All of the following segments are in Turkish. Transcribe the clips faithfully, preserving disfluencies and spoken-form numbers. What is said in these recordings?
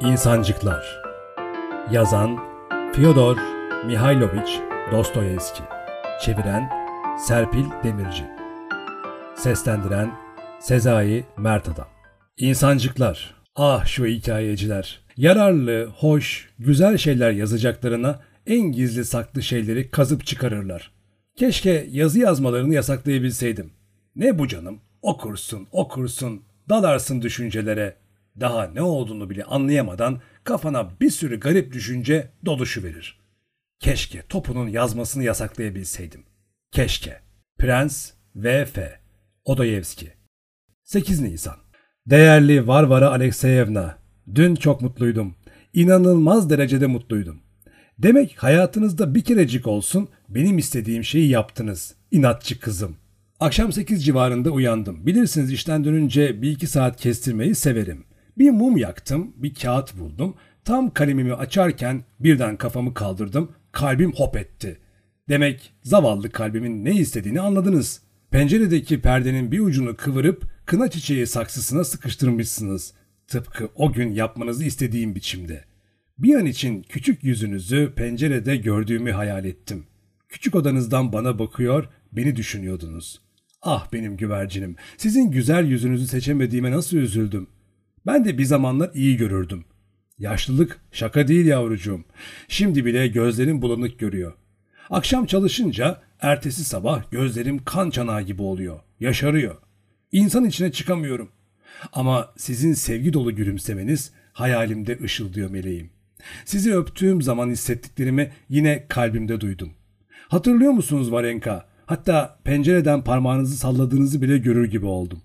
İnsancıklar. Yazan Fyodor Mihailovich Dostoyevski. Çeviren Serpil Demirci. Seslendiren Sezai Mertadam. İnsancıklar. Ah şu hikayeciler. Yararlı, hoş, güzel şeyler yazacaklarına en gizli saklı şeyleri kazıp çıkarırlar. Keşke yazı yazmalarını yasaklayabilseydim. Ne bu canım? Okursun, okursun, dalarsın düşüncelere. Daha ne olduğunu bile anlayamadan kafana bir sürü garip düşünce doluşuverir. Keşke topunun yazmasını yasaklayabilseydim. Keşke. Prens V F Odoyevski. sekiz Nisan. Değerli Varvara Alekseyevna, dün çok mutluydum. İnanılmaz derecede mutluydum. Demek hayatınızda bir kerecik olsun benim istediğim şeyi yaptınız. İnatçı kızım. Akşam sekiz civarında uyandım. Bilirsiniz işten dönünce bir iki saat kestirmeyi severim. Bir mum yaktım, bir kağıt buldum. Tam kalemimi açarken birden kafamı kaldırdım. Kalbim hop etti. Demek zavallı kalbimin ne istediğini anladınız. Penceredeki perdenin bir ucunu kıvırıp kına çiçeği saksısına sıkıştırmışsınız. Tıpkı o gün yapmanızı istediğim biçimde. Bir an için küçük yüzünüzü pencerede gördüğümü hayal ettim. Küçük odanızdan bana bakıyor, beni düşünüyordunuz. Ah benim güvercinim, sizin güzel yüzünüzü seçemediğime nasıl üzüldüm. Ben de bir zamanlar iyi görürdüm. Yaşlılık şaka değil yavrucuğum. Şimdi bile gözlerim bulanık görüyor. Akşam çalışınca ertesi sabah gözlerim kan çanağı gibi oluyor. Yaşarıyor. İnsan içine çıkamıyorum. Ama sizin sevgi dolu gülümsemeniz hayalimde ışıldıyor meleğim. Sizi öptüğüm zaman hissettiklerimi yine kalbimde duydum. Hatırlıyor musunuz Varenka? Hatta pencereden parmağınızı salladığınızı bile görür gibi oldum.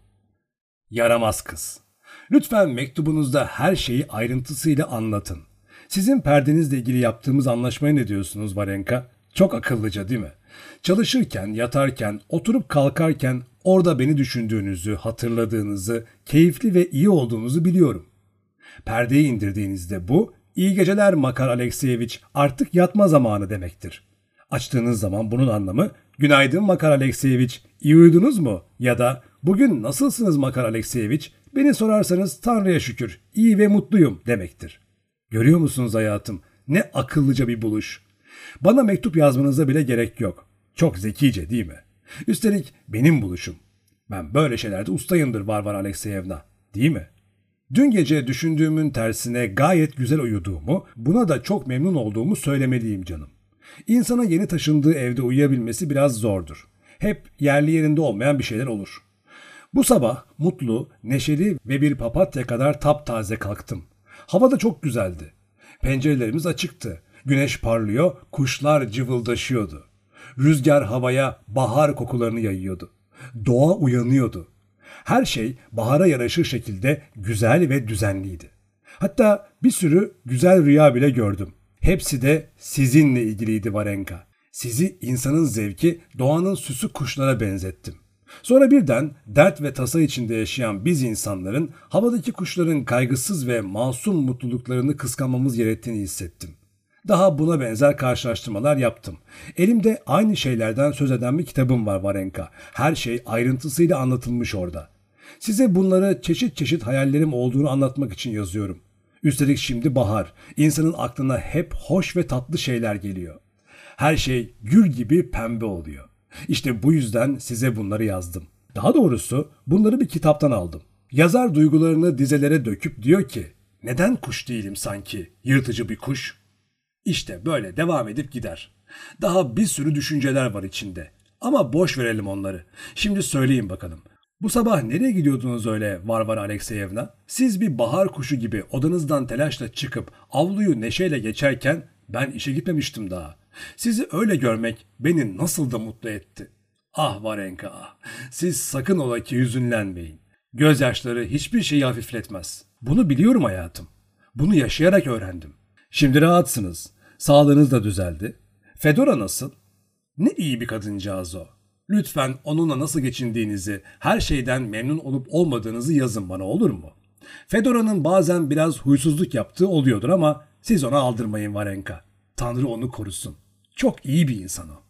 Yaramaz kız. Lütfen mektubunuzda her şeyi ayrıntısıyla anlatın. Sizin perdenizle ilgili yaptığımız anlaşmaya ne diyorsunuz Varenka? Çok akıllıca değil mi? Çalışırken, yatarken, oturup kalkarken orada beni düşündüğünüzü, hatırladığınızı, keyifli ve iyi olduğunuzu biliyorum. Perdeyi indirdiğinizde bu, iyi geceler Makar Alekseyevich, artık yatma zamanı demektir. Açtığınız zaman bunun anlamı, günaydın Makar Alekseyevich, iyi uyudunuz mu? Ya da bugün nasılsınız Makar Alekseyevich? Beni sorarsanız Tanrı'ya şükür, iyi ve mutluyum demektir. Görüyor musunuz hayatım? Ne akıllıca bir buluş. Bana mektup yazmanıza bile gerek yok. Çok zekice değil mi? Üstelik benim buluşum. Ben böyle şeylerde ustayımdır Varvara Alekseyevna, değil mi? Dün gece düşündüğümün tersine gayet güzel uyuduğumu, buna da çok memnun olduğumu söylemeliyim canım. İnsana yeni taşındığı evde uyuyabilmesi biraz zordur. Hep yerli yerinde olmayan bir şeyler olur. Bu sabah mutlu, neşeli ve bir papatya kadar taptaze kalktım. Hava da çok güzeldi. Pencerelerimiz açıktı. Güneş parlıyor, kuşlar cıvıldaşıyordu. Rüzgar havaya bahar kokularını yayıyordu. Doğa uyanıyordu. Her şey bahara yaraşır şekilde güzel ve düzenliydi. Hatta bir sürü güzel rüya bile gördüm. Hepsi de sizinle ilgiliydi Varenka. Sizi insanın zevki, doğanın süsü kuşlara benzettim. Sonra birden dert ve tasa içinde yaşayan biz insanların havadaki kuşların kaygısız ve masum mutluluklarını kıskanmamız gerektiğini hissettim. Daha buna benzer karşılaştırmalar yaptım. Elimde aynı şeylerden söz eden bir kitabım var Varenka. Her şey ayrıntısıyla anlatılmış orada. Size bunları çeşit çeşit hayallerim olduğunu anlatmak için yazıyorum. Üstelik şimdi bahar. İnsanın aklına hep hoş ve tatlı şeyler geliyor. Her şey gül gibi pembe oluyor. İşte bu yüzden size bunları yazdım. Daha doğrusu bunları bir kitaptan aldım. Yazar duygularını dizelere döküp diyor ki, neden kuş değilim sanki, yırtıcı bir kuş? İşte böyle devam edip gider. Daha bir sürü düşünceler var içinde. Ama boş verelim onları. Şimdi söyleyin bakalım. Bu sabah nereye gidiyordunuz öyle Varvara Alekseyevna? Siz bir bahar kuşu gibi odanızdan telaşla çıkıp avluyu neşeyle geçerken ben işe gitmemiştim daha. Sizi öyle görmek beni nasıl da mutlu etti. Ah Varenka ah. Siz sakın ola ki hüzünlenmeyin. Gözyaşları hiçbir şeyi hafifletmez. Bunu biliyorum hayatım. Bunu yaşayarak öğrendim. Şimdi rahatsınız. Sağlığınız da düzeldi. Fedora nasıl? Ne iyi bir kadıncağız o. Lütfen onunla nasıl geçindiğinizi, her şeyden memnun olup olmadığınızı yazın bana, olur mu? Fedora'nın bazen biraz huysuzluk yaptığı oluyordur ama siz ona aldırmayın Varenka. Tanrı onu korusun. Çok iyi bir insan o.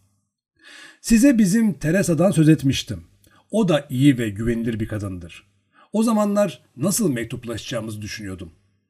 Size bizim Teresa'dan söz etmiştim. O da iyi ve güvenilir bir kadındır. O zamanlar nasıl mektuplaşacağımızı düşünüyordum.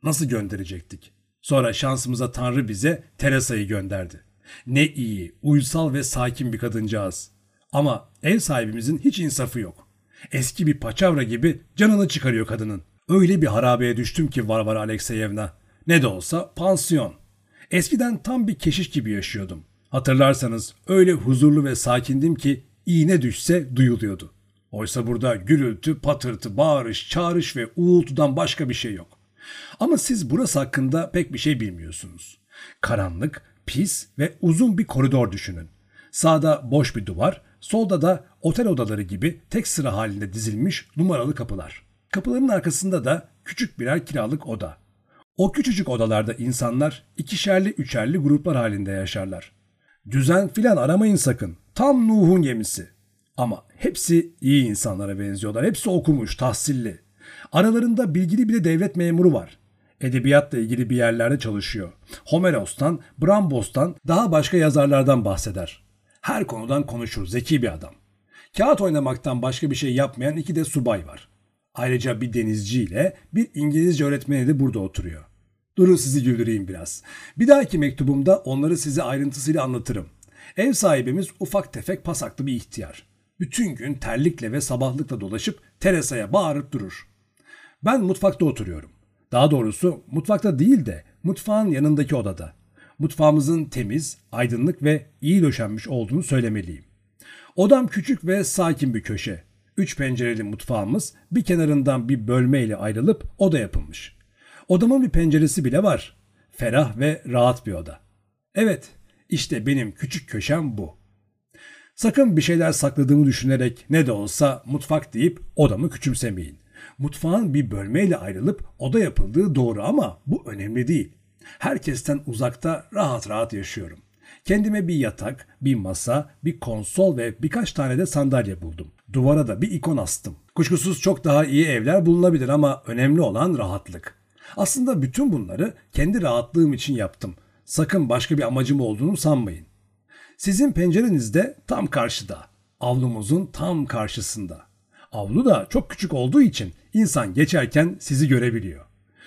Nasıl gönderecektik? Sonra şansımıza Tanrı bize Teresa'yı gönderdi. Ne iyi, uysal ve sakin bir kadıncağız. Ama ev sahibimizin hiç insafı yok. Eski bir paçavra gibi canını çıkarıyor kadının. Öyle bir harabeye düştüm ki Varvara Alekseyevna. Ne de olsa pansiyon. Eskiden tam bir keşiş gibi yaşıyordum. Hatırlarsanız öyle huzurlu ve sakindim ki iğne düşse duyuluyordu. Oysa burada gürültü, patırtı, bağırış, çağrış ve uğultudan başka bir şey yok. Ama siz burası hakkında pek bir şey bilmiyorsunuz. Karanlık, pis ve uzun bir koridor düşünün. Sağda boş bir duvar, solda da otel odaları gibi tek sıra halinde dizilmiş numaralı kapılar. Kapıların arkasında da küçük birer kiralık oda. O küçücük odalarda insanlar ikişerli üçerli gruplar halinde yaşarlar. Düzen filan aramayın sakın. Tam Nuh'un gemisi. Ama hepsi iyi insanlara benziyorlar. Hepsi okumuş, tahsilli. Aralarında bilgili bir de devlet memuru var. Edebiyatla ilgili bir yerlerde çalışıyor. Homeros'tan, Brambos'tan, daha başka yazarlardan bahseder. Her konudan konuşur, zeki bir adam. Kağıt oynamaktan başka bir şey yapmayan iki de subay var. Ayrıca bir denizciyle bir İngilizce öğretmeni de burada oturuyor. Durun sizi güldüreyim biraz. Bir dahaki mektubumda onları size ayrıntısıyla anlatırım. Ev sahibimiz ufak tefek pasaklı bir ihtiyar. Bütün gün terlikle ve sabahlıkla dolaşıp Teresa'ya bağırıp durur. Ben mutfakta oturuyorum. Daha doğrusu mutfakta değil de mutfağın yanındaki odada. Mutfağımızın temiz, aydınlık ve iyi döşenmiş olduğunu söylemeliyim. Odam küçük ve sakin bir köşe. Üç pencereli mutfağımız bir kenarından bir bölmeyle ayrılıp oda yapılmış. Odamın bir penceresi bile var. Ferah ve rahat bir oda. Evet, işte benim küçük köşem bu. Sakın bir şeyler sakladığımı düşünerek ne de olsa mutfak deyip odamı küçümsemeyin. Mutfağın bir bölmeyle ayrılıp oda yapıldığı doğru ama bu önemli değil. Herkesten uzakta rahat rahat yaşıyorum. Kendime bir yatak, bir masa, bir konsol ve birkaç tane de sandalye buldum. Duvara da bir ikon astım. Kuşkusuz çok daha iyi evler bulunabilir ama önemli olan rahatlık. Aslında bütün bunları kendi rahatlığım için yaptım. Sakın başka bir amacım olduğunu sanmayın. Sizin pencereniz de tam karşıda. Avlumuzun tam karşısında. Avlu da çok küçük olduğu için insan geçerken sizi görebiliyor.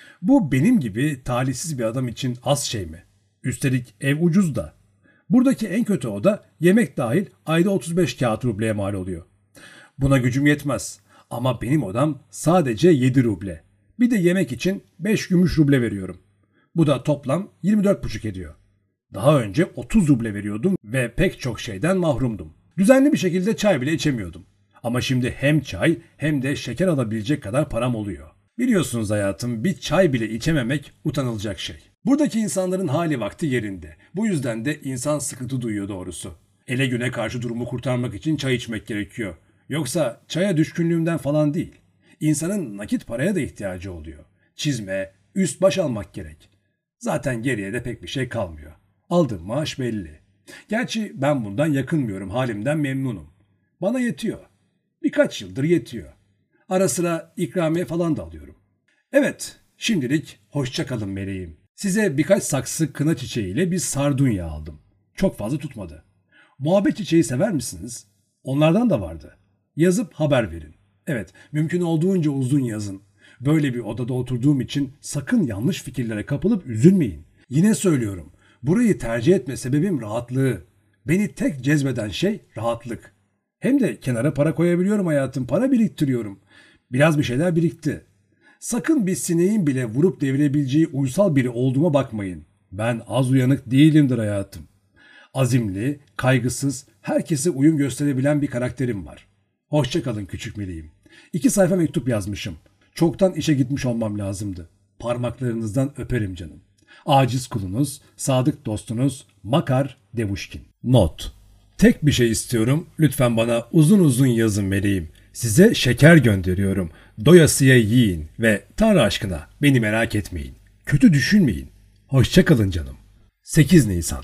Bu benim gibi talihsiz bir adam için az şey mi? Üstelik ev ucuz da. Buradaki en kötü oda yemek dahil ayda otuz beş kağıt rubleye mal oluyor. Buna gücüm yetmez. Ama benim odam sadece yedi ruble. Bir de yemek için beş gümüş ruble veriyorum. Bu da toplam yirmi dört buçuk ediyor. Daha önce otuz ruble veriyordum ve pek çok şeyden mahrumdum. Düzenli bir şekilde çay bile içemiyordum. Ama şimdi hem çay hem de şeker alabilecek kadar param oluyor. Biliyorsunuz hayatım, bir çay bile içememek utanılacak şey. Buradaki insanların hali vakti yerinde. Bu yüzden de insan sıkıntı duyuyor doğrusu. Ele güne karşı durumu kurtarmak için çay içmek gerekiyor. Yoksa çaya düşkünlüğümden falan değil. İnsanın nakit paraya da ihtiyacı oluyor. Çizme, üst baş almak gerek. Zaten geriye de pek bir şey kalmıyor. Aldığım maaş belli. Gerçi ben bundan yakınmıyorum, halimden memnunum. Bana yetiyor. Birkaç yıldır yetiyor. Ara sıra ikramiye falan da alıyorum. Evet, şimdilik hoşça kalın meleğim. Size birkaç saksı kına çiçeğiyle bir sardunya aldım. Çok fazla tutmadı. Muhabbet çiçeği sever misiniz? Onlardan da vardı. Yazıp haber verin. Evet, mümkün olduğunca uzun yazın. Böyle bir odada oturduğum için sakın yanlış fikirlere kapılıp üzülmeyin. Yine söylüyorum, burayı tercih etme sebebim rahatlığı. Beni tek cezbeden şey rahatlık. Hem de kenara para koyabiliyorum hayatım, para biriktiriyorum. Biraz bir şeyler birikti. Sakın bir sineğin bile vurup devirebileceği uysal biri olduğuma bakmayın. Ben az uyanık değilimdir hayatım. Azimli, kaygısız, herkese uyum gösterebilen bir karakterim var. Hoşça kalın küçük meleğim. İki sayfa mektup yazmışım. Çoktan işe gitmiş olmam lazımdı. Parmaklarınızdan öperim canım. Aciz kulunuz, sadık dostunuz Makar Devuşkin. Not. Tek bir şey istiyorum. Lütfen bana uzun uzun yazın meleğim. Size şeker gönderiyorum. Doyasıya yiyin ve Tanrı aşkına beni merak etmeyin. Kötü düşünmeyin. Hoşça kalın canım. sekiz Nisan.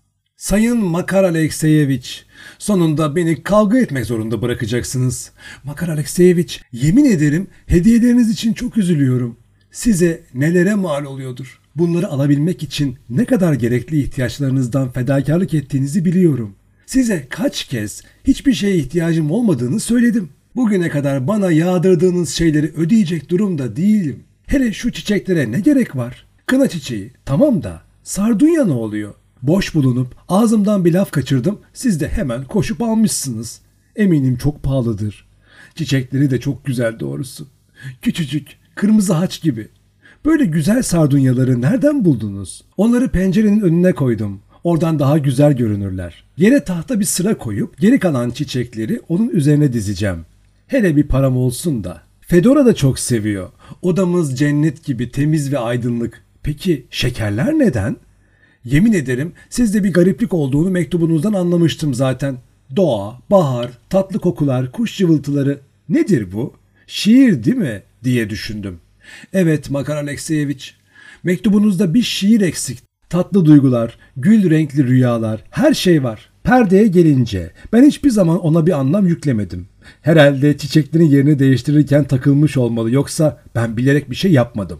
Sayın Makar Alekseyeviç, sonunda beni kavga etmek zorunda bırakacaksınız. Makar Alekseyeviç, yemin ederim hediyeleriniz için çok üzülüyorum. Size nelere mal oluyordur. Bunları alabilmek için ne kadar gerekli ihtiyaçlarınızdan fedakarlık ettiğinizi biliyorum. Size kaç kez hiçbir şeye ihtiyacım olmadığını söyledim. Bugüne kadar bana yağdırdığınız şeyleri ödeyecek durumda değilim. Hele şu çiçeklere ne gerek var? Kına çiçeği tamam da sardunya ne oluyor? Boş bulunup ağzımdan bir laf kaçırdım, siz de hemen koşup almışsınız. Eminim çok pahalıdır. Çiçekleri de çok güzel doğrusu. Küçücük, kırmızı haç gibi. Böyle güzel sardunyaları nereden buldunuz? Onları pencerenin önüne koydum. Oradan daha güzel görünürler. Yere tahta bir sıra koyup geri kalan çiçekleri onun üzerine dizeceğim. Hele bir param olsun da. Fedora da çok seviyor. Odamız cennet gibi temiz ve aydınlık. Peki şekerler neden? Yemin ederim sizde bir gariplik olduğunu mektubunuzdan anlamıştım zaten. Doğa, bahar, tatlı kokular, kuş cıvıltıları. Nedir bu? Şiir değil mi? Diye düşündüm. Evet Makar Alekseyeviç. Mektubunuzda bir şiir eksik. Tatlı duygular, gül renkli rüyalar, her şey var. Perdeye gelince ben hiçbir zaman ona bir anlam yüklemedim. Herhalde çiçeklerin yerini değiştirirken takılmış olmalı, yoksa ben bilerek bir şey yapmadım.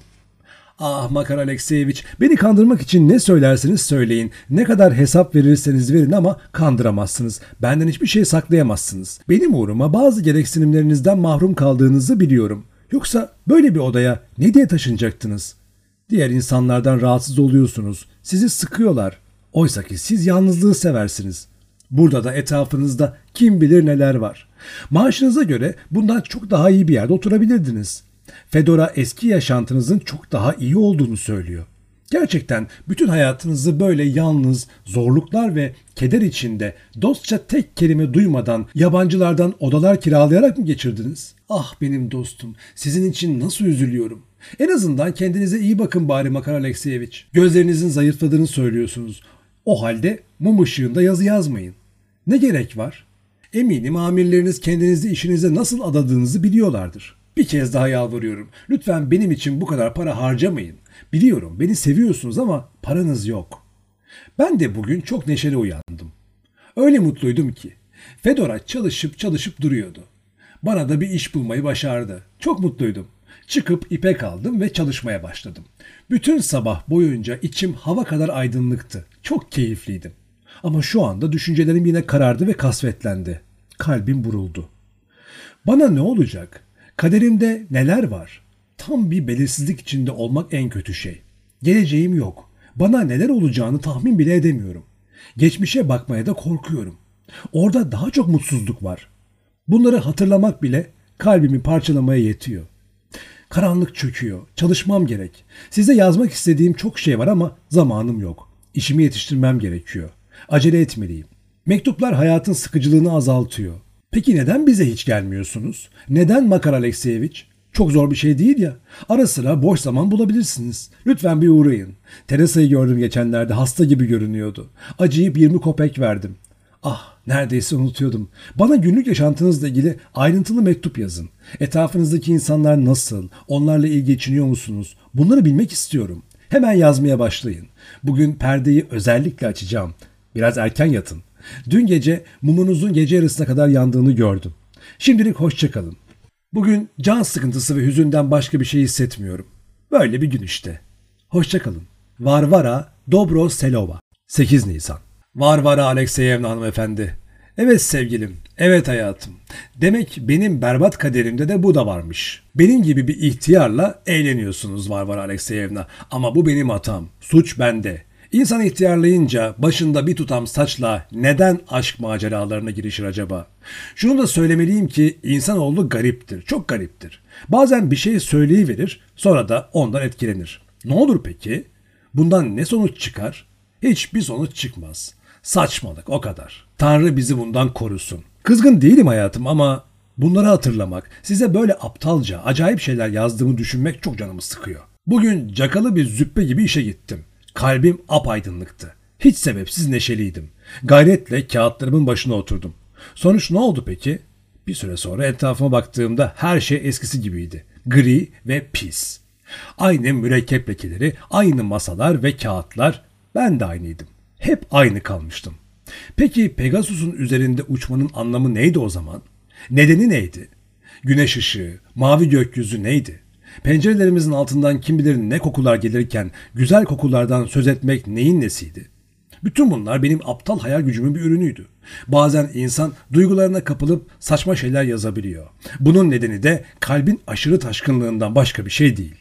Ah Makar Alekseyeviç, beni kandırmak için ne söylerseniz söyleyin, ne kadar hesap verirseniz verin ama kandıramazsınız. Benden hiçbir şey saklayamazsınız. Benim uğruma bazı gereksinimlerinizden mahrum kaldığınızı biliyorum. Yoksa böyle bir odaya ne diye taşınacaktınız? Diğer insanlardan rahatsız oluyorsunuz. Sizi sıkıyorlar. Oysa ki siz yalnızlığı seversiniz. Burada da etrafınızda kim bilir neler var. Maaşınıza göre bundan çok daha iyi bir yerde oturabilirdiniz. Fedora eski yaşantınızın çok daha iyi olduğunu söylüyor. Gerçekten bütün hayatınızı böyle yalnız, zorluklar ve keder içinde dostça tek kelime duymadan yabancılardan odalar kiralayarak mı geçirdiniz? Ah benim dostum, sizin için nasıl üzülüyorum. En azından kendinize iyi bakın bari Makar Alekseyeviç. Gözlerinizin zayıfladığını söylüyorsunuz. O halde mum ışığında yazı yazmayın. Ne gerek var? Eminim amirleriniz kendinizi işinize nasıl adadığınızı biliyorlardır. Bir kez daha yalvarıyorum. Lütfen benim için bu kadar para harcamayın. Biliyorum beni seviyorsunuz ama paranız yok. Ben de bugün çok neşeli uyandım. Öyle mutluydum ki. Fedora çalışıp çalışıp duruyordu. Bana da bir iş bulmayı başardı. Çok mutluydum. Çıkıp ipek aldım ve çalışmaya başladım. Bütün sabah boyunca içim hava kadar aydınlıktı. Çok keyifliydim. Ama şu anda düşüncelerim yine karardı ve kasvetlendi. Kalbim buruldu. Bana ne olacak? Kaderimde neler var? Tam bir belirsizlik içinde olmak en kötü şey. Geleceğim yok. Bana neler olacağını tahmin bile edemiyorum. Geçmişe bakmaya da korkuyorum. Orada daha çok mutsuzluk var. Bunları hatırlamak bile kalbimi parçalamaya yetiyor. Karanlık çöküyor. Çalışmam gerek. Size yazmak istediğim çok şey var ama zamanım yok. İşimi yetiştirmem gerekiyor. Acele etmeliyim. Mektuplar hayatın sıkıcılığını azaltıyor. Peki neden bize hiç gelmiyorsunuz? Neden Makar Alekseyeviç? Çok zor bir şey değil ya. Ara sıra boş zaman bulabilirsiniz. Lütfen bir uğrayın. Teresa'yı gördüm geçenlerde, hasta gibi görünüyordu. Acıyıp yirmi kopek verdim. Ah, neredeyse unutuyordum. Bana günlük yaşantınızla ilgili ayrıntılı mektup yazın. Etrafınızdaki insanlar nasıl? Onlarla iyi geçiniyor musunuz? Bunları bilmek istiyorum. Hemen yazmaya başlayın. Bugün perdeyi özellikle açacağım. Biraz erken yatın. Dün gece mumunuzun gece yarısına kadar yandığını gördüm. Şimdilik hoşça kalın. Bugün can sıkıntısı ve hüzünden başka bir şey hissetmiyorum. Böyle bir gün işte. Hoşça kalın. Varvara Dobro Selova. sekiz Nisan. Varvara Alekseyevna hanımefendi. Evet sevgilim, evet hayatım. Demek benim berbat kaderimde de bu da varmış. Benim gibi bir ihtiyarla eğleniyorsunuz Varvara Alekseyevna. Ama bu benim hatam. Suç bende. İnsan ihtiyarlayınca başında bir tutam saçla neden aşk maceralarına girişir acaba? Şunu da söylemeliyim ki insanoğlu gariptir, çok gariptir. Bazen bir şey söyleyiverir, sonra da ondan etkilenir. Ne olur peki? Bundan ne sonuç çıkar? Hiçbir sonuç çıkmaz. Saçmalık o kadar. Tanrı bizi bundan korusun. Kızgın değilim hayatım ama bunları hatırlamak, size böyle aptalca, acayip şeyler yazdığımı düşünmek çok canımı sıkıyor. Bugün cakalı bir züppe gibi işe gittim. Kalbim apaydınlıktı. Hiç sebepsiz neşeliydim. Gayretle kağıtlarımın başına oturdum. Sonuç ne oldu peki? Bir süre sonra etrafıma baktığımda her şey eskisi gibiydi. Gri ve pis. Aynı mürekkep lekeleri, aynı masalar ve kağıtlar. Ben de aynıydım. Hep aynı kalmıştım. Peki Pegasus'un üzerinde uçmanın anlamı neydi o zaman? Nedeni neydi? Güneş ışığı, mavi gökyüzü neydi? Pencerelerimizin altından kim bilir ne kokular gelirken güzel kokulardan söz etmek neyin nesiydi? Bütün bunlar benim aptal hayal gücümün bir ürünüydü. Bazen insan duygularına kapılıp saçma şeyler yazabiliyor. Bunun nedeni de kalbin aşırı taşkınlığından başka bir şey değil.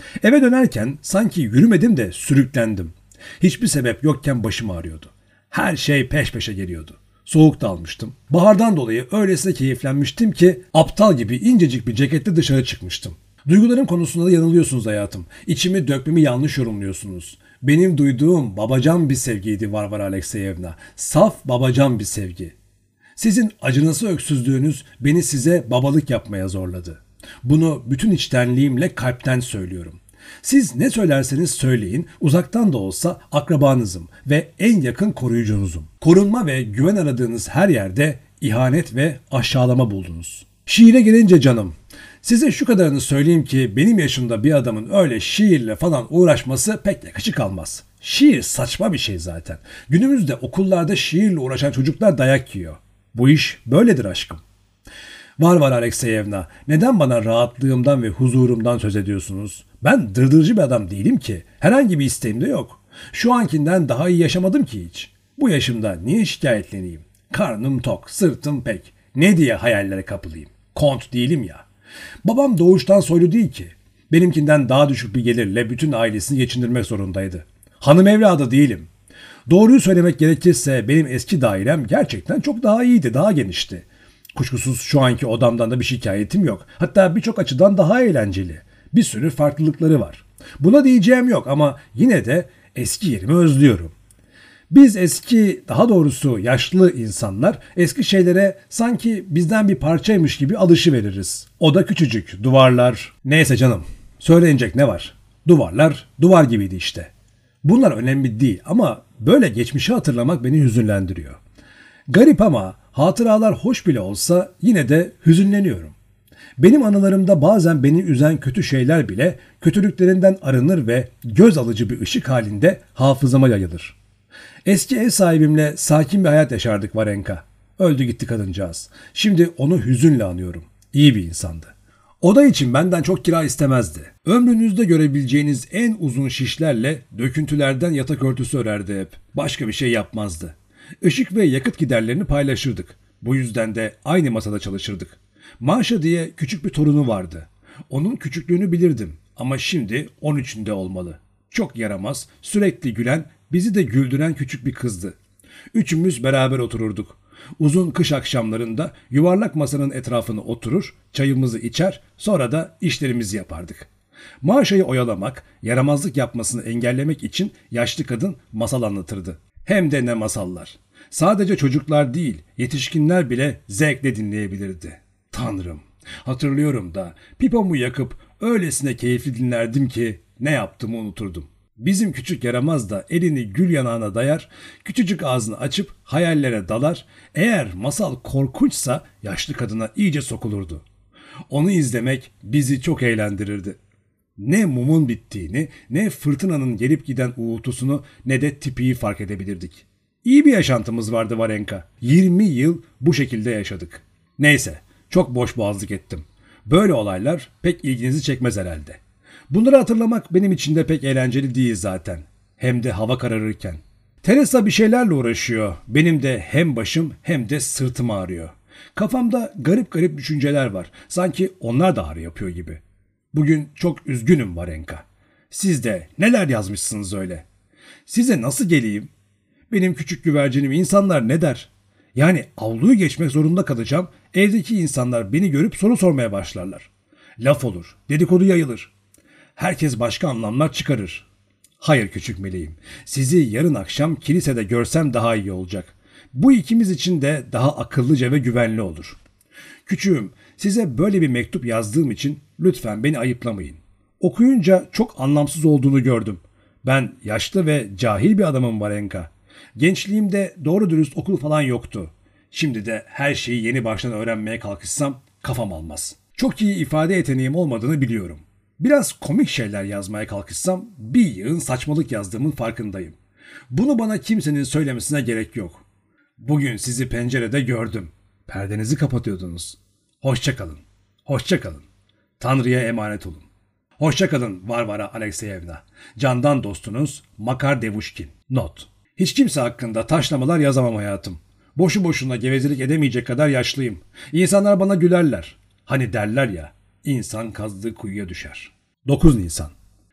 Eve dönerken sanki yürümedim de sürüklendim. Hiçbir sebep yokken başım ağrıyordu. Her şey peş peşe geliyordu. Soğuk da almıştım. Bahardan dolayı öylesine keyiflenmiştim ki aptal gibi incecik bir ceketle dışarı çıkmıştım. Duygularım konusunda da yanılıyorsunuz hayatım. İçimi dökmemi yanlış yorumluyorsunuz. Benim duyduğum babacan bir sevgiydi Varvara Alekseyevna. Saf babacan bir sevgi. Sizin acınası öksüzlüğünüz beni size babalık yapmaya zorladı. Bunu bütün içtenliğimle kalpten söylüyorum. Siz ne söylerseniz söyleyin, uzaktan da olsa akrabanızım ve en yakın koruyucunuzum. Korunma ve güven aradığınız her yerde ihanet ve aşağılama buldunuz. Şiire gelince canım, size şu kadarını söyleyeyim ki benim yaşımda bir adamın öyle şiirle falan uğraşması pek yakışık almaz. Şiir saçma bir şey zaten. Günümüzde okullarda şiirle uğraşan çocuklar dayak yiyor. Bu iş böyledir aşkım. Varvara Alekseyevna, neden bana rahatlığımdan ve huzurumdan söz ediyorsunuz? Ben dırdırcı bir adam değilim ki. Herhangi bir isteğim de yok. Şu ankinden daha iyi yaşamadım ki hiç. Bu yaşımda niye şikayetleneyim? Karnım tok, sırtım pek. Ne diye hayallere kapılayım? Kont değilim ya. Babam doğuştan soylu değil ki. Benimkinden daha düşük bir gelirle bütün ailesini geçindirmek zorundaydı. Hanım evladı değilim. Doğruyu söylemek gerekirse benim eski dairem gerçekten çok daha iyiydi, daha genişti. Kuşkusuz şu anki odamdan da bir şikayetim yok. Hatta birçok açıdan daha eğlenceli. Bir sürü farklılıkları var. Buna diyeceğim yok ama yine de eski yerimi özlüyorum. Biz eski, daha doğrusu yaşlı insanlar eski şeylere sanki bizden bir parçaymış gibi alışıveririz. Oda küçücük, duvarlar... Neyse canım, söylenecek ne var? Duvarlar, duvar gibiydi işte. Bunlar önemli değil ama böyle geçmişi hatırlamak beni hüzünlendiriyor. Garip ama hatıralar hoş bile olsa yine de hüzünleniyorum. Benim anılarımda bazen beni üzen kötü şeyler bile kötülüklerinden arınır ve göz alıcı bir ışık halinde hafızama yayılır. Eski ev sahibimle sakin bir hayat yaşardık Varenka. Öldü gitti kadıncağız. Şimdi onu hüzünle anıyorum. İyi bir insandı. Oda için benden çok kira istemezdi. Ömrünüzde görebileceğiniz en uzun şişlerle döküntülerden yatak örtüsü örerdi hep. Başka bir şey yapmazdı. Işık ve yakıt giderlerini paylaşırdık. Bu yüzden de aynı masada çalışırdık. Maşa diye küçük bir torunu vardı. Onun küçüklüğünü bilirdim ama şimdi on üçünde olmalı. Çok yaramaz, sürekli gülen, bizi de güldüren küçük bir kızdı. Üçümüz beraber otururduk. Uzun kış akşamlarında yuvarlak masanın etrafına oturur, çayımızı içer, sonra da işlerimizi yapardık. Maşa'yı oyalamak, yaramazlık yapmasını engellemek için yaşlı kadın masal anlatırdı. Hem de ne masallar. Sadece çocuklar değil, yetişkinler bile zevkle dinleyebilirdi. Tanrım, hatırlıyorum da pipomu yakıp öylesine keyifli dinlerdim ki ne yaptığımı unuturdum. Bizim küçük yaramaz da elini gül yanağına dayar, küçücük ağzını açıp hayallere dalar, eğer masal korkunçsa yaşlı kadına iyice sokulurdu. Onu izlemek bizi çok eğlendirirdi. Ne mumun bittiğini, ne fırtınanın gelip giden uğultusunu, ne de tipiyi fark edebilirdik. İyi bir yaşantımız vardı Varenka. yirmi yıl bu şekilde yaşadık. Neyse, çok boş boğazlık ettim. Böyle olaylar pek ilginizi çekmez herhalde. Bunları hatırlamak benim için de pek eğlenceli değil zaten. Hem de hava kararırken. Teresa bir şeylerle uğraşıyor. Benim de hem başım hem de sırtım ağrıyor. Kafamda garip garip düşünceler var. Sanki onlar da ağrı yapıyor gibi. Bugün çok üzgünüm Varenka. Siz de neler yazmışsınız öyle? Size nasıl geleyim? Benim küçük güvercinim insanlar ne der? Yani avluyu geçmek zorunda kalacağım. Evdeki insanlar beni görüp soru sormaya başlarlar. Laf olur, dedikodu yayılır. Herkes başka anlamlar çıkarır. Hayır küçük meleğim, sizi yarın akşam kilisede görsem daha iyi olacak. Bu ikimiz için de daha akıllıca ve güvenli olur. Küçüğüm, size böyle bir mektup yazdığım için lütfen beni ayıplamayın. Okuyunca çok anlamsız olduğunu gördüm. Ben yaşlı ve cahil bir adamım Varenka. Gençliğimde doğru dürüst okul falan yoktu. Şimdi de her şeyi yeni baştan öğrenmeye kalkışsam kafam almaz. Çok iyi ifade yeteneğim olmadığını biliyorum. Biraz komik şeyler yazmaya kalkışsam bir yığın saçmalık yazdığımın farkındayım. Bunu bana kimsenin söylemesine gerek yok. Bugün sizi pencerede gördüm. Perdenizi kapatıyordunuz. Hoşça kalın. Hoşça kalın. Tanrı'ya emanet olun. Hoşça kalın Varvara Alekseyevna. Candan dostunuz Makar Devuşkin. Not. Hiç kimse hakkında taşlamalar yazamam hayatım. Boşu boşuna gevezelik edemeyecek kadar yaşlıyım. İnsanlar bana gülerler. Hani derler ya, insan kazdığı kuyuya düşer. dokuz Nisan.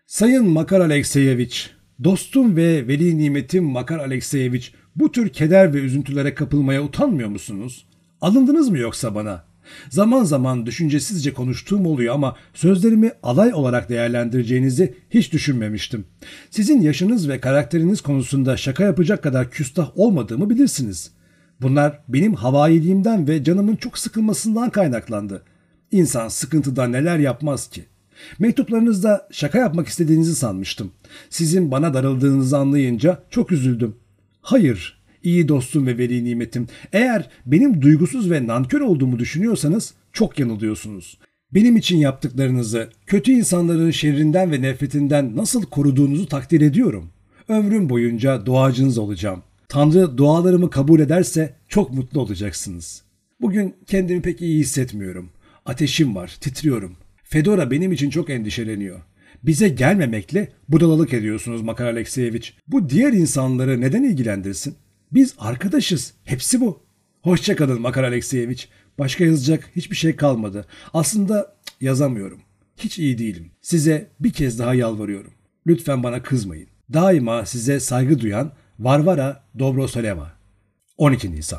Sayın Makar Alekseyeviç, dostum ve veli nimetim Makar Alekseyeviç, bu tür keder ve üzüntülere kapılmaya utanmıyor musunuz? Alındınız mı yoksa bana? Zaman zaman düşüncesizce konuştuğum oluyor ama sözlerimi alay olarak değerlendireceğinizi hiç düşünmemiştim. Sizin yaşınız ve karakteriniz konusunda şaka yapacak kadar küstah olmadığımı bilirsiniz. Bunlar benim havailiğimden ve canımın çok sıkılmasından kaynaklandı. İnsan sıkıntıda neler yapmaz ki? Mektuplarınızda şaka yapmak istediğinizi sanmıştım. Sizin bana darıldığınızı anlayınca çok üzüldüm. Hayır, iyi dostum ve veli nimetim. Eğer benim duygusuz ve nankör olduğumu düşünüyorsanız çok yanılıyorsunuz. Benim için yaptıklarınızı, kötü insanların şerrinden ve nefretinden nasıl koruduğunuzu takdir ediyorum. Ömrüm boyunca duacınız olacağım. Tanrı dualarımı kabul ederse çok mutlu olacaksınız. Bugün kendimi pek iyi hissetmiyorum. Ateşim var, titriyorum. Fedora benim için çok endişeleniyor. Bize gelmemekle budalalık ediyorsunuz Makar Alekseyeviç. Bu diğer insanları neden ilgilendirsin? Biz arkadaşız. Hepsi bu. Hoşça kalın Makar Alekseyeviç. Başka yazacak hiçbir şey kalmadı. Aslında yazamıyorum. Hiç iyi değilim. Size bir kez daha yalvarıyorum. Lütfen bana kızmayın. Daima size saygı duyan Varvara Dobrosoleva. on iki Nisan.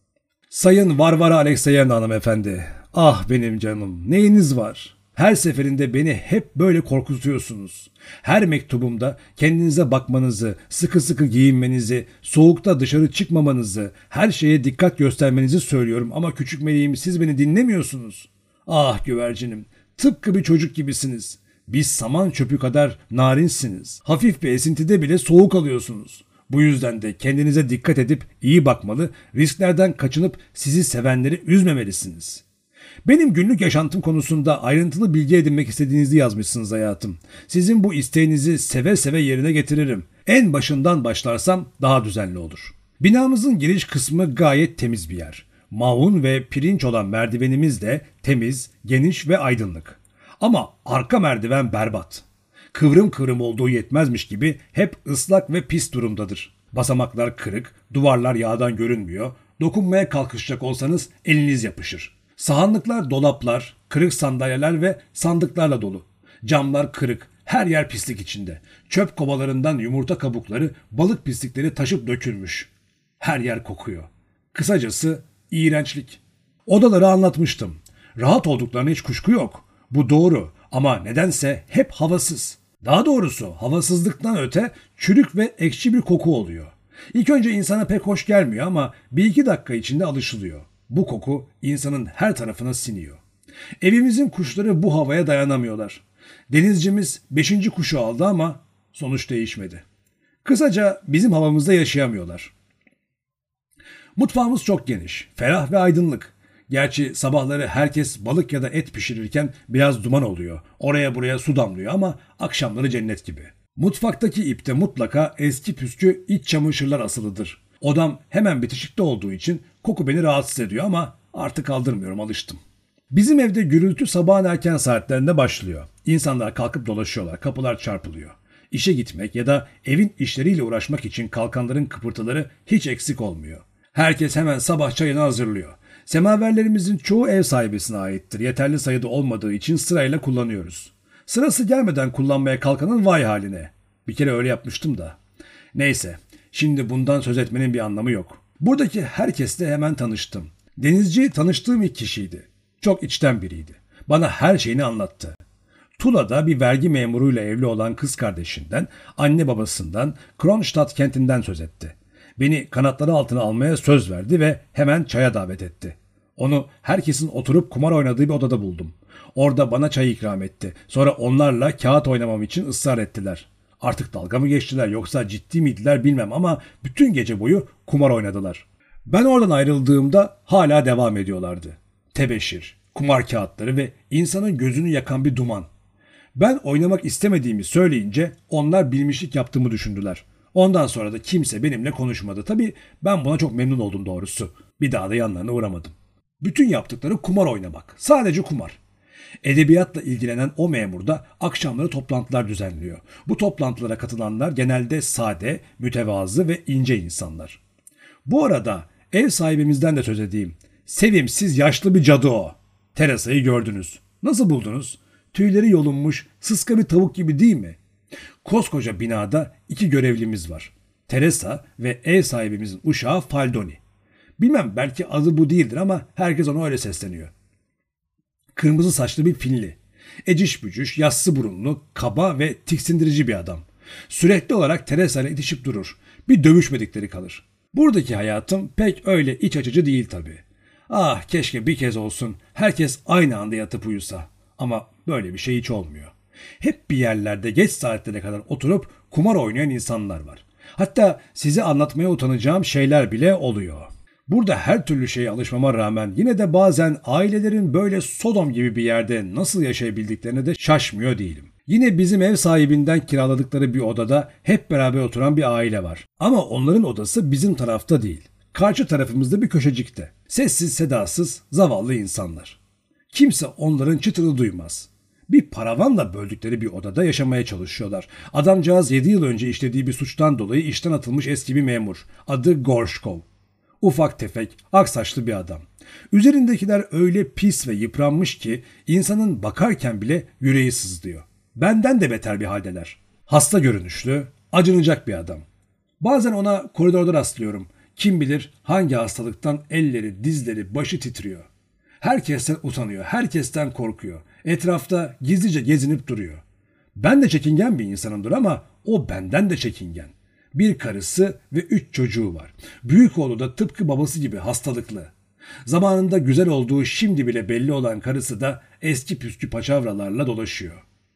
Sayın Varvara Alekseyevna hanımefendi. Ah benim canım, neyiniz var? Her seferinde beni hep böyle korkutuyorsunuz. Her mektubumda kendinize bakmanızı, sıkı sıkı giyinmenizi, soğukta dışarı çıkmamanızı, her şeye dikkat göstermenizi söylüyorum ama küçük meleğim siz beni dinlemiyorsunuz. Ah güvercinim, tıpkı bir çocuk gibisiniz. Biz saman çöpü kadar narinsiniz. Hafif bir esintide bile soğuk alıyorsunuz. Bu yüzden de kendinize dikkat edip iyi bakmalı, risklerden kaçınıp sizi sevenleri üzmemelisiniz. Benim günlük yaşantım konusunda ayrıntılı bilgi edinmek istediğinizi yazmışsınız hayatım. Sizin bu isteğinizi seve seve yerine getiririm. En başından başlarsam daha düzenli olur. Binamızın giriş kısmı gayet temiz bir yer. Maun ve pirinç olan merdivenimiz de temiz, geniş ve aydınlık. Ama arka merdiven berbat. Kıvrım kıvrım olduğu yetmezmiş gibi hep ıslak ve pis durumdadır. Basamaklar kırık, duvarlar yağdan görünmüyor. Dokunmaya kalkışacak olsanız eliniz yapışır. Sahanlıklar dolaplar, kırık sandalyeler ve sandıklarla dolu. Camlar kırık, her yer pislik içinde. Çöp kovalarından yumurta kabukları, balık pislikleri taşıp dökülmüş. Her yer kokuyor. Kısacası iğrençlik. Odaları anlatmıştım. Rahat olduklarına hiç kuşku yok. Bu doğru ama nedense hep havasız. Daha doğrusu havasızlıktan öte çürük ve ekşi bir koku oluyor. İlk önce insana pek hoş gelmiyor ama bir iki dakika içinde alışılıyor. Bu koku insanın her tarafına siniyor. Evimizin kuşları bu havaya dayanamıyorlar. Denizcimiz beşinci kuşu aldı ama sonuç değişmedi. Kısaca bizim havamızda yaşayamıyorlar. Mutfağımız çok geniş, ferah ve aydınlık. Gerçi sabahları herkes balık ya da et pişirirken biraz duman oluyor. Oraya buraya su damlıyor ama akşamları cennet gibi. Mutfaktaki ipte mutlaka eski püskü iç çamaşırlar asılıdır. Odam hemen bitişikte olduğu için koku beni rahatsız ediyor ama artık kaldırmıyorum, alıştım. Bizim evde gürültü sabahın erken saatlerinde başlıyor. İnsanlar kalkıp dolaşıyorlar, kapılar çarpılıyor. İşe gitmek ya da evin işleriyle uğraşmak için kalkanların kıpırtıları hiç eksik olmuyor. Herkes hemen sabah çayını hazırlıyor. Semaverlerimizin çoğu ev sahibesine aittir. Yeterli sayıda olmadığı için sırayla kullanıyoruz. Sırası gelmeden kullanmaya kalkanın vay haline. Bir kere öyle yapmıştım da. Neyse, şimdi bundan söz etmenin bir anlamı yok. Buradaki herkesle hemen tanıştım. Denizci tanıştığım ilk kişiydi. Çok içten biriydi. Bana her şeyini anlattı. Tula'da bir vergi memuruyla evli olan kız kardeşinden, anne babasından, Kronstadt kentinden söz etti. Beni kanatları altına almaya söz verdi ve hemen çaya davet etti. Onu herkesin oturup kumar oynadığı bir odada buldum. Orada bana çay ikram etti. Sonra onlarla kağıt oynamam için ısrar ettiler. Artık dalga mı geçtiler yoksa ciddi miydiler bilmem ama bütün gece boyu kumar oynadılar. Ben oradan ayrıldığımda hala devam ediyorlardı. Tebeşir, kumar kağıtları ve insanın gözünü yakan bir duman. Ben oynamak istemediğimi söyleyince onlar bilmişlik yaptığımı düşündüler. Ondan sonra da kimse benimle konuşmadı. Tabii ben buna çok memnun oldum doğrusu. Bir daha da yanlarına uğramadım. Bütün yaptıkları kumar oynamak. Sadece kumar. Edebiyatla ilgilenen o memur da akşamları toplantılar düzenliyor. Bu toplantılara katılanlar genelde sade, mütevazı ve ince insanlar. Bu arada ev sahibimizden de söz edeyim. Sevimsiz yaşlı bir cadı o. Teresa'yı gördünüz. Nasıl buldunuz? Tüyleri yolunmuş, sıska bir tavuk gibi değil mi? Koskoca binada iki görevlimiz var. Teresa ve ev sahibimizin uşağı Faldoni. Bilmem, belki adı bu değildir ama herkes ona öyle sesleniyor. Kırmızı saçlı bir Finli. Eciş bücüş, yassı burunlu, kaba ve tiksindirici bir adam. Sürekli olarak Teresa ile itişip durur. Bir dövüşmedikleri kalır. Buradaki hayatım pek öyle iç açıcı değil tabii. Ah, keşke bir kez olsun herkes aynı anda yatıp uyusa. Ama böyle bir şey hiç olmuyor. Hep bir yerlerde geç saatlere kadar oturup kumar oynayan insanlar var. Hatta size anlatmaya utanacağım şeyler bile oluyor. Burada her türlü şeye alışmama rağmen yine de bazen ailelerin böyle Sodom gibi bir yerde nasıl yaşayabildiklerine de şaşmıyor değilim. Yine bizim ev sahibinden kiraladıkları bir odada hep beraber oturan bir aile var. Ama onların odası bizim tarafta değil. Karşı tarafımızda bir köşecikte. Sessiz sedasız zavallı insanlar. Kimse onların çıtını duymaz. Bir paravanla böldükleri bir odada yaşamaya çalışıyorlar. Adamcağız yedi yıl önce işlediği bir suçtan dolayı işten atılmış eski bir memur. Adı Gorshkov. Ufak tefek, aksaçlı bir adam. Üzerindekiler öyle pis ve yıpranmış ki insanın bakarken bile yüreği sızlıyor. Benden de beter bir haldeler. Hasta görünüşlü, acınacak bir adam. Bazen ona koridorda rastlıyorum. Kim bilir hangi hastalıktan elleri, dizleri, başı titriyor. Herkesten utanıyor, herkesten korkuyor. Etrafta gizlice gezinip duruyor. Ben de çekingen bir insanımdır ama o benden de çekingen. Bir karısı ve üç çocuğu var. Büyük oğlu da tıpkı babası gibi hastalıklı. Zamanında güzel olduğu şimdi bile belli olan karısı da eski püskü paçavralarla dolaşıyor.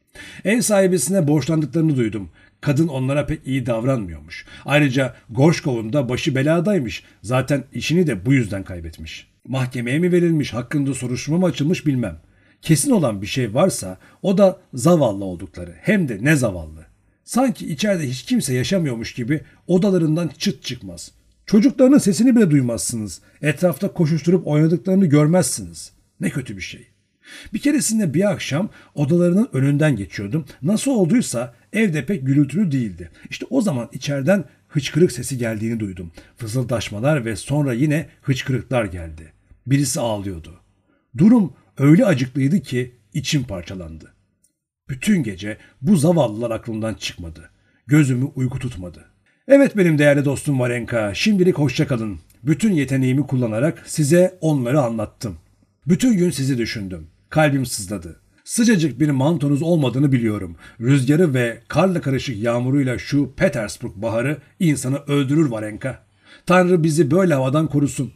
Ev sahibisine borçlandıklarını duydum. Kadın onlara pek iyi davranmıyormuş. Ayrıca Gorshkov'un da başı beladaymış. Zaten işini de bu yüzden kaybetmiş. Mahkemeye mi verilmiş, hakkında soruşturma mı açılmış bilmem. Kesin olan bir şey varsa o da zavallı oldukları. Hem de ne zavallı. Sanki içeride hiç kimse yaşamıyormuş gibi odalarından çıt çıkmaz. Çocuklarının sesini bile duymazsınız. Etrafta koşuşturup oynadıklarını görmezsiniz. Ne kötü bir şey. Bir keresinde bir akşam odalarının önünden geçiyordum. Nasıl olduysa evde pek gürültülü değildi. İşte o zaman içeriden hıçkırık sesi geldiğini duydum. Fısıldaşmalar ve sonra yine hıçkırıklar geldi. Birisi ağlıyordu. Durum öyle acıklıydı ki içim parçalandı. Bütün gece bu zavallılar aklımdan çıkmadı. Gözümü uyku tutmadı. Evet benim değerli dostum Varenka, şimdilik hoşça kalın. Bütün yeteneğimi kullanarak size onları anlattım. Bütün gün sizi düşündüm. Kalbim sızladı. Sıcacık bir mantonuz olmadığını biliyorum. Rüzgarı ve karla karışık yağmuruyla şu Petersburg baharı insanı öldürür Varenka. Tanrı bizi böyle havadan korusun.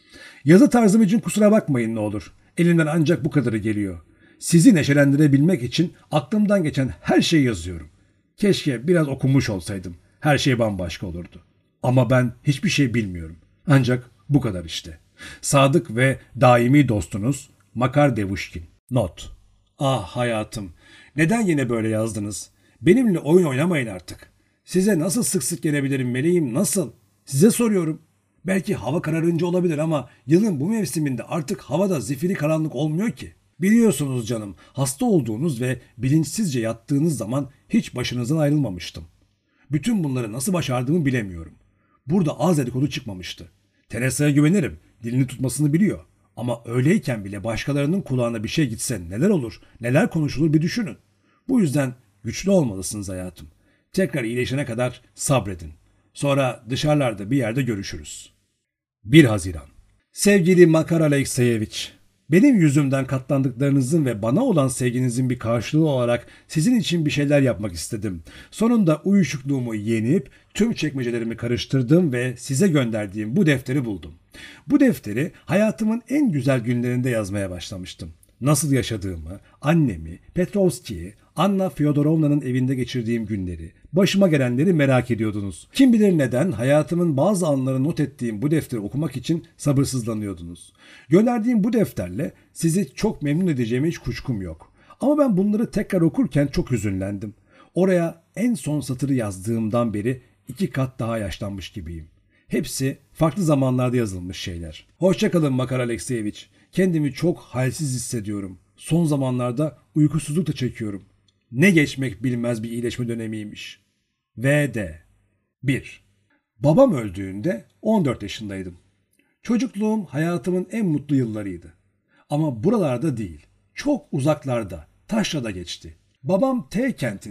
Yazı tarzım için kusura bakmayın ne olur. Elimden ancak bu kadarı geliyor. Sizi neşelendirebilmek için aklımdan geçen her şeyi yazıyorum. Keşke biraz okumuş olsaydım. Her şey bambaşka olurdu. Ama ben hiçbir şey bilmiyorum. Ancak bu kadar işte. Sadık ve daimi dostunuz Makar Devuşkin. Not. Ah hayatım, neden yine böyle yazdınız? Benimle oyun oynamayın artık. Size nasıl sık sık gelebilirim meleğim, nasıl? Size soruyorum. Belki hava kararınca olabilir ama yılın bu mevsiminde artık havada zifiri karanlık olmuyor ki. Biliyorsunuz canım, hasta olduğunuz ve bilinçsizce yattığınız zaman hiç başınızdan ayrılmamıştım. Bütün bunları nasıl başardığımı bilemiyorum. Burada az dedikodu çıkmamıştı. Teresa'ya güvenirim, dilini tutmasını biliyor. Ama öyleyken bile başkalarının kulağına bir şey gitse neler olur, neler konuşulur bir düşünün. Bu yüzden güçlü olmalısınız hayatım. Tekrar iyileşene kadar sabredin. Sonra dışarılarda bir yerde görüşürüz. bir Haziran. Sevgili Makar Alekseyeviç, benim yüzümden katlandıklarınızın ve bana olan sevginizin bir karşılığı olarak sizin için bir şeyler yapmak istedim. Sonunda uyuşukluğumu yenip tüm çekmecelerimi karıştırdım ve size gönderdiğim bu defteri buldum. Bu defteri hayatımın en güzel günlerinde yazmaya başlamıştım. Nasıl yaşadığımı, annemi, Petrovski'yi, Anna Fyodorovna'nın evinde geçirdiğim günleri, başıma gelenleri merak ediyordunuz. Kim bilir neden hayatımın bazı anlarını not ettiğim bu defteri okumak için sabırsızlanıyordunuz. Gönderdiğim bu defterle sizi çok memnun edeceğime hiç kuşkum yok. Ama ben bunları tekrar okurken çok hüzünlendim. Oraya en son satırı yazdığımdan beri iki kat daha yaşlanmış gibiyim. Hepsi farklı zamanlarda yazılmış şeyler. Hoşça kalın Makar Alekseyeviç. Kendimi çok halsiz hissediyorum. Son zamanlarda uykusuzluk da çekiyorum. Ne geçmek bilmez bir iyileşme dönemiymiş. V D bir. Babam öldüğünde on dört yaşındaydım. Çocukluğum hayatımın en mutlu yıllarıydı. Ama buralarda değil, çok uzaklarda, taşrada geçti. Babam T kentinde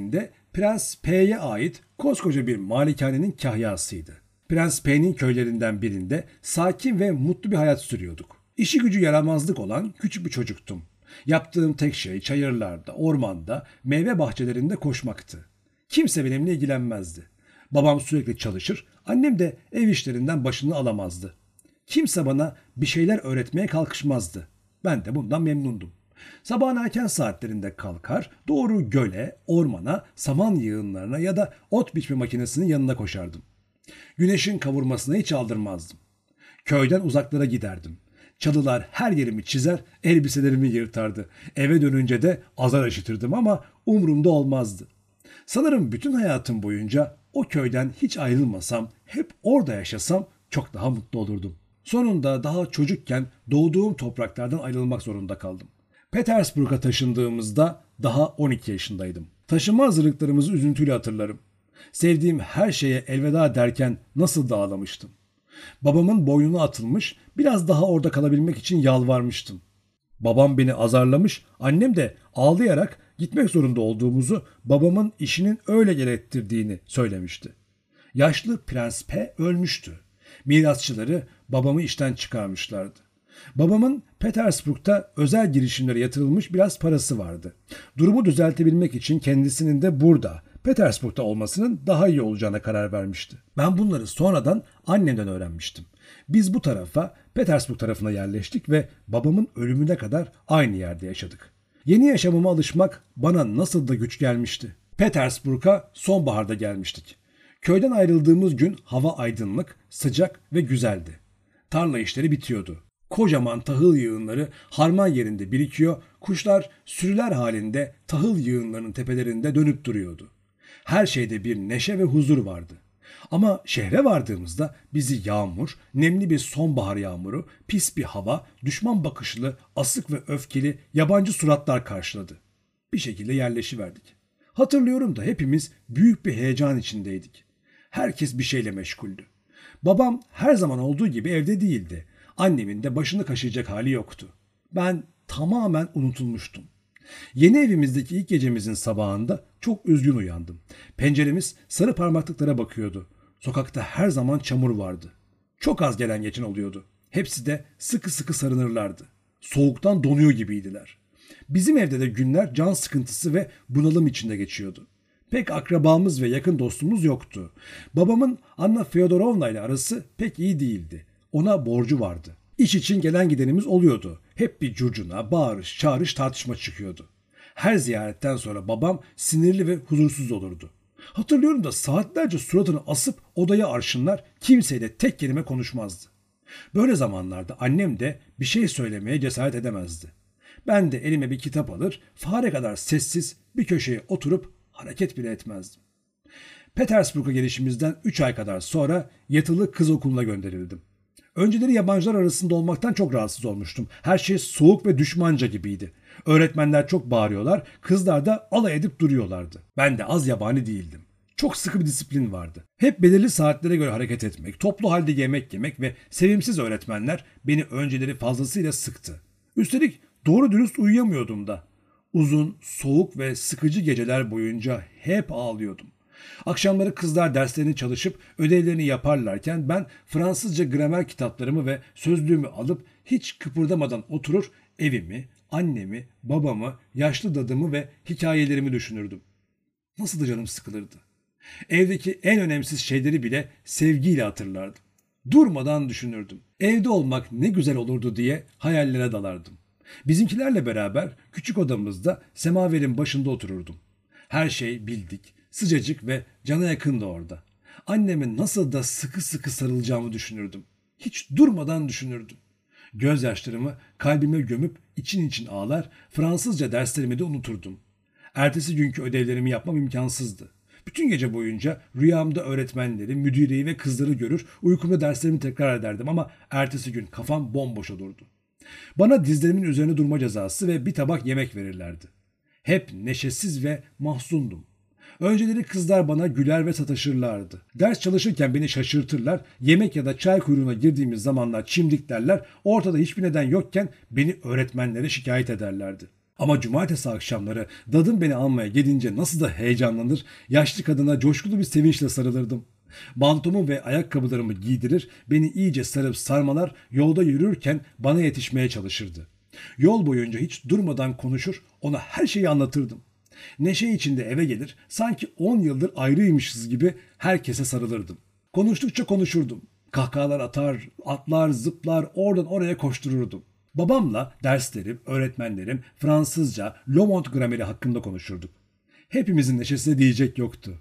Prens P'ye ait koskoca bir malikanenin kahyasıydı. Prens P'nin köylerinden birinde sakin ve mutlu bir hayat sürüyorduk. İşi gücü yaramazlık olan küçük bir çocuktum. Yaptığım tek şey çayırlarda, ormanda, meyve bahçelerinde koşmaktı. Kimse benimle ilgilenmezdi. Babam sürekli çalışır, annem de ev işlerinden başını alamazdı. Kimse bana bir şeyler öğretmeye kalkışmazdı. Ben de bundan memnundum. Sabahın erken saatlerinde kalkar, doğru göle, ormana, saman yığınlarına ya da ot biçme makinesinin yanına koşardım. Güneşin kavurmasına hiç aldırmazdım. Köyden uzaklara giderdim. Çalılar her yerimi çizer, elbiselerimi yırtardı. Eve dönünce de azar işitirdim ama umurumda olmazdı. Sanırım bütün hayatım boyunca o köyden hiç ayrılmasam, hep orada yaşasam çok daha mutlu olurdum. Sonunda daha çocukken doğduğum topraklardan ayrılmak zorunda kaldım. Petersburg'a taşındığımızda daha on iki yaşındaydım. Taşınma hazırlıklarımızı üzüntüyle hatırlarım. Sevdiğim her şeye elveda derken nasıl da ağlamıştım. Babamın boynuna atılmış, biraz daha orada kalabilmek için yalvarmıştım. Babam beni azarlamış, annem de ağlayarak gitmek zorunda olduğumuzu, babamın işinin öyle gerektirdiğini söylemişti. Yaşlı Prens P ölmüştü. Mirasçıları babamı işten çıkarmışlardı. Babamın Petersburg'da özel girişimlere yatırılmış biraz parası vardı. Durumu düzeltebilmek için kendisinin de burada, Petersburg'da olmasının daha iyi olacağına karar vermişti. Ben bunları sonradan annemden öğrenmiştim. Biz bu tarafa, Petersburg tarafına yerleştik ve babamın ölümüne kadar aynı yerde yaşadık. Yeni yaşamıma alışmak bana nasıl da güç gelmişti. Petersburg'a sonbaharda gelmiştik. Köyden ayrıldığımız gün hava aydınlık, sıcak ve güzeldi. Tarla işleri bitiyordu. Kocaman tahıl yığınları harman yerinde birikiyor, kuşlar sürüler halinde tahıl yığınlarının tepelerinde dönüp duruyordu. Her şeyde bir neşe ve huzur vardı. Ama şehre vardığımızda bizi yağmur, nemli bir sonbahar yağmuru, pis bir hava, düşman bakışlı, asık ve öfkeli yabancı suratlar karşıladı. Bir şekilde yerleşiverdik. Hatırlıyorum da hepimiz büyük bir heyecan içindeydik. Herkes bir şeyle meşguldü. Babam her zaman olduğu gibi evde değildi. Annemin de başını kaşıyacak hali yoktu. Ben tamamen unutulmuştum. Yeni evimizdeki ilk gecemizin sabahında çok üzgün uyandım. Penceremiz sarı parmaklıklara bakıyordu. Sokakta her zaman çamur vardı. Çok az gelen geçen oluyordu. Hepsi de sıkı sıkı sarınırlardı. Soğuktan donuyor gibiydiler. Bizim evde de günler can sıkıntısı ve bunalım içinde geçiyordu. Pek akrabamız ve yakın dostumuz yoktu. Babamın Anna Fyodorovna ile arası pek iyi değildi. Ona borcu vardı. İş için gelen gidenimiz oluyordu. Hep bir curcuna, bağırış, çağırış, tartışma çıkıyordu. Her ziyaretten sonra babam sinirli ve huzursuz olurdu. Hatırlıyorum da saatlerce suratını asıp odaya arşınlar, kimseyle tek kelime konuşmazdı. Böyle zamanlarda annem de bir şey söylemeye cesaret edemezdi. Ben de elime bir kitap alır, fare kadar sessiz bir köşeye oturup hareket bile etmezdim. Petersburg'a gelişimizden üç ay kadar sonra yatılı kız okuluna gönderildim. Önceleri yabancılar arasında olmaktan çok rahatsız olmuştum. Her şey soğuk ve düşmanca gibiydi. Öğretmenler çok bağırıyorlar, kızlar da alay edip duruyorlardı. Ben de az yabani değildim. Çok sıkı bir disiplin vardı. Hep belirli saatlere göre hareket etmek, toplu halde yemek yemek ve sevimsiz öğretmenler beni önceleri fazlasıyla sıktı. Üstelik doğru dürüst uyuyamıyordum da. Uzun, soğuk ve sıkıcı geceler boyunca hep ağlıyordum. Akşamları kızlar derslerini çalışıp ödevlerini yaparlarken ben Fransızca gramer kitaplarımı ve sözlüğümü alıp hiç kıpırdamadan oturur evimi, annemi, babamı, yaşlı dadımı ve hikayelerimi düşünürdüm. Nasıl da canım sıkılırdı. Evdeki en önemsiz şeyleri bile sevgiyle hatırlardım. Durmadan düşünürdüm. Evde olmak ne güzel olurdu diye hayallere dalardım. Bizimkilerle beraber küçük odamızda semaverin başında otururdum. Her şey bildik, sıcacık ve cana yakındı orada. Anneme nasıl da sıkı sıkı sarılacağımı düşünürdüm. Hiç durmadan düşünürdüm. Gözyaşlarımı kalbime gömüp için için ağlar, Fransızca derslerimi de unuturdum. Ertesi günkü ödevlerimi yapmam imkansızdı. Bütün gece boyunca rüyamda öğretmenleri, müdireyi ve kızları görür, uykumda derslerimi tekrar ederdim ama ertesi gün kafam bomboş olurdu. Bana dizlerimin üzerine durma cezası ve bir tabak yemek verirlerdi. Hep neşesiz ve mahzundum. Önceleri kızlar bana güler ve sataşırlardı. Ders çalışırken beni şaşırtırlar, yemek ya da çay kuyruğuna girdiğimiz zamanlar çimdiklerler, ortada hiçbir neden yokken beni öğretmenlere şikayet ederlerdi. Ama cumartesi akşamları dadım beni almaya gelince nasıl da heyecanlanır, yaşlı kadına coşkulu bir sevinçle sarılırdım. Bantomu ve ayakkabılarımı giydirir, beni iyice sarıp sarmalar, yolda yürürken bana yetişmeye çalışırdı. Yol boyunca hiç durmadan konuşur, ona her şeyi anlatırdım. Neşe içinde eve gelir, sanki on yıldır ayrıymışız gibi herkese sarılırdım. Konuştukça konuşurdum. Kahkahalar atar, atlar, zıplar, oradan oraya koştururdum. Babamla derslerim, öğretmenlerim, Fransızca, Le Monde grameri hakkında konuşurduk. Hepimizin neşesine diyecek yoktu.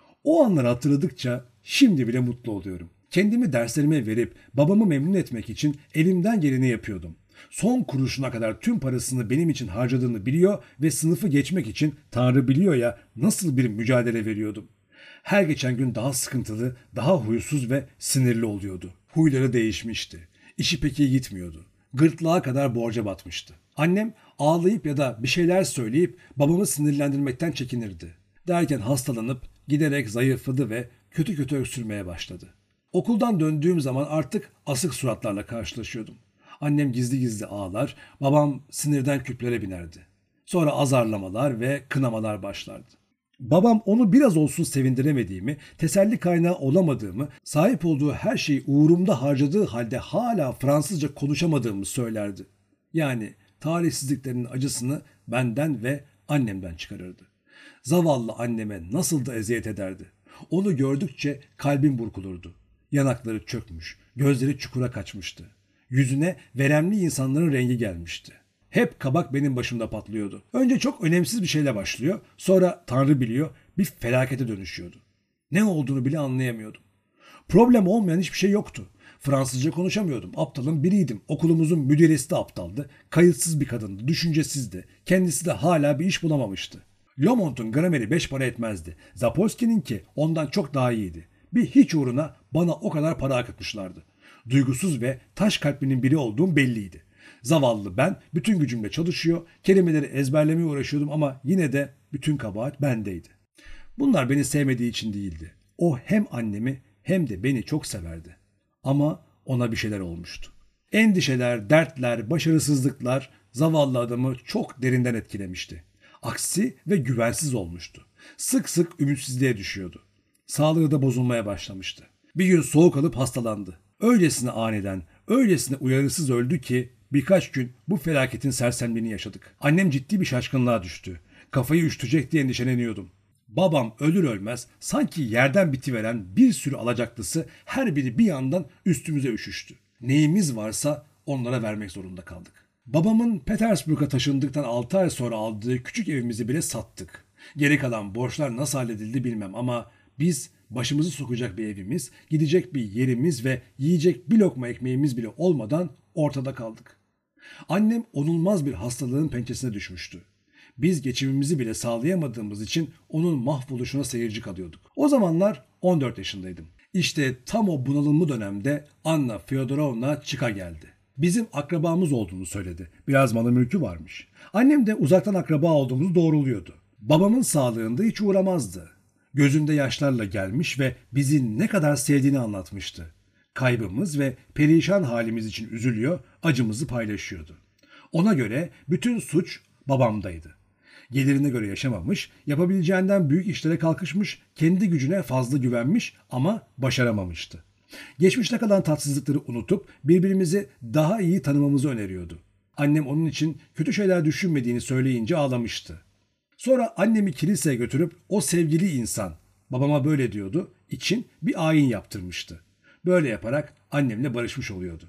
O anları hatırladıkça şimdi bile mutlu oluyorum. Kendimi derslerime verip babamı memnun etmek için elimden geleni yapıyordum. Son kuruşuna kadar tüm parasını benim için harcadığını biliyor ve sınıfı geçmek için Tanrı biliyor ya nasıl bir mücadele veriyordum. Her geçen gün daha sıkıntılı, daha huysuz ve sinirli oluyordu. Huyları değişmişti. İşi pek iyi gitmiyordu. Gırtlağa kadar borca batmıştı. Annem ağlayıp ya da bir şeyler söyleyip babamı sinirlendirmekten çekinirdi. Derken hastalanıp giderek zayıfladı ve kötü kötü öksürmeye başladı. Okuldan döndüğüm zaman artık asık suratlarla karşılaşıyordum. Annem gizli gizli ağlar, babam sinirden küplere binerdi. Sonra azarlamalar ve kınamalar başlardı. Babam onu biraz olsun sevindiremediğimi, teselli kaynağı olamadığımı, sahip olduğu her şeyi uğrumda harcadığı halde hala Fransızca konuşamadığımı söylerdi. Yani talihsizliklerinin acısını benden ve annemden çıkarırdı. Zavallı anneme nasıl da eziyet ederdi. Onu gördükçe kalbim burkulurdu. Yanakları çökmüş, gözleri çukura kaçmıştı. Yüzüne veremli insanların rengi gelmişti. Hep kabak benim başımda patlıyordu. Önce çok önemsiz bir şeyle başlıyor, sonra Tanrı biliyor bir felakete dönüşüyordu. Ne olduğunu bile anlayamıyordum. Problem olmayan hiçbir şey yoktu. Fransızca konuşamıyordum, aptalın biriydim. Okulumuzun müderrisi de aptaldı, kayıtsız bir kadındı, düşüncesizdi. Kendisi de hala bir iş bulamamıştı. Le Monde'un grameri beş para etmezdi. Zapolsky'ninki ondan çok daha iyiydi. Bir hiç uğruna bana o kadar para akıtmışlardı. Duygusuz ve taş kalplinin biri olduğum belliydi. Zavallı ben bütün gücümle çalışıyor, kelimeleri ezberlemeye uğraşıyordum ama yine de bütün kabahat bendeydi. Bunlar beni sevmediği için değildi. O hem annemi hem de beni çok severdi. Ama ona bir şeyler olmuştu. Endişeler, dertler, başarısızlıklar zavallı adamı çok derinden etkilemişti. Aksi ve güvensiz olmuştu. Sık sık ümitsizliğe düşüyordu. Sağlığı da bozulmaya başlamıştı. Bir gün soğuk alıp hastalandı. Öylesine aniden, öylesine uyarısız öldü ki birkaç gün bu felaketin sersemliğini yaşadık. Annem ciddi bir şaşkınlığa düştü. Kafayı üşütecek diye endişeleniyordum. Babam ölür ölmez sanki yerden bitiveren bir sürü alacaklısı her biri bir yandan üstümüze üşüştü. Neyimiz varsa onlara vermek zorunda kaldık. Babamın Petersburg'a taşındıktan altı ay sonra aldığı küçük evimizi bile sattık. Geri kalan borçlar nasıl halledildi bilmem ama biz başımızı sokacak bir evimiz, gidecek bir yerimiz ve yiyecek bir lokma ekmeğimiz bile olmadan ortada kaldık. Annem onulmaz bir hastalığın pençesine düşmüştü. Biz geçimimizi bile sağlayamadığımız için onun mahvoluşuna seyirci kalıyorduk. O zamanlar on dört yaşındaydım. İşte tam o bunalımlı dönemde Anna Fyodorovna çıka geldi. Bizim akrabamız olduğunu söyledi. Biraz malı mülkü varmış. Annem de uzaktan akraba olduğumuzu doğruluyordu. Babamın sağlığında hiç uğramazdı. Gözünde yaşlarla gelmiş ve bizi ne kadar sevdiğini anlatmıştı. Kaybımız ve perişan halimiz için üzülüyor, acımızı paylaşıyordu. Ona göre bütün suç babamdaydı. Gelirine göre yaşamamış, yapabileceğinden büyük işlere kalkışmış, kendi gücüne fazla güvenmiş ama başaramamıştı. Geçmişte kalan tatsızlıkları unutup birbirimizi daha iyi tanımamızı öneriyordu. Annem onun için kötü şeyler düşünmediğini söyleyince ağlamıştı. Sonra annemi kiliseye götürüp o sevgili insan, babama böyle diyordu, için bir ayin yaptırmıştı. Böyle yaparak annemle barışmış oluyordu.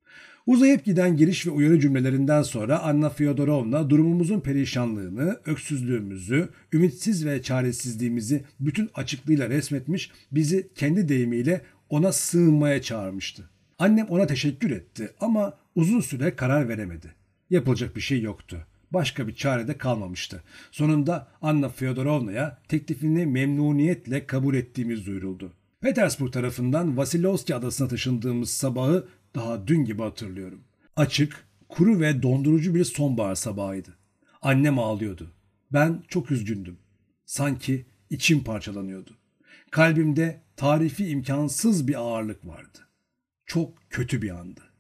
Uzayıp giden giriş ve uyarı cümlelerinden sonra Anna Fyodorovna durumumuzun perişanlığını, öksüzlüğümüzü, ümitsiz ve çaresizliğimizi bütün açıklığıyla resmetmiş, bizi kendi deyimiyle ona sığınmaya çağırmıştı. Annem ona teşekkür etti ama uzun süre karar veremedi. Yapılacak bir şey yoktu. Başka bir çare de kalmamıştı. Sonunda Anna Fyodorovna'ya teklifini memnuniyetle kabul ettiğimiz duyuruldu. Petersburg tarafından Vasilovski adasına taşındığımız sabahı daha dün gibi hatırlıyorum. Açık, kuru ve dondurucu bir sonbahar sabahıydı. Annem ağlıyordu. Ben çok üzgündüm. Sanki içim parçalanıyordu. Kalbimde tarifi imkansız bir ağırlık vardı. Çok kötü bir andı.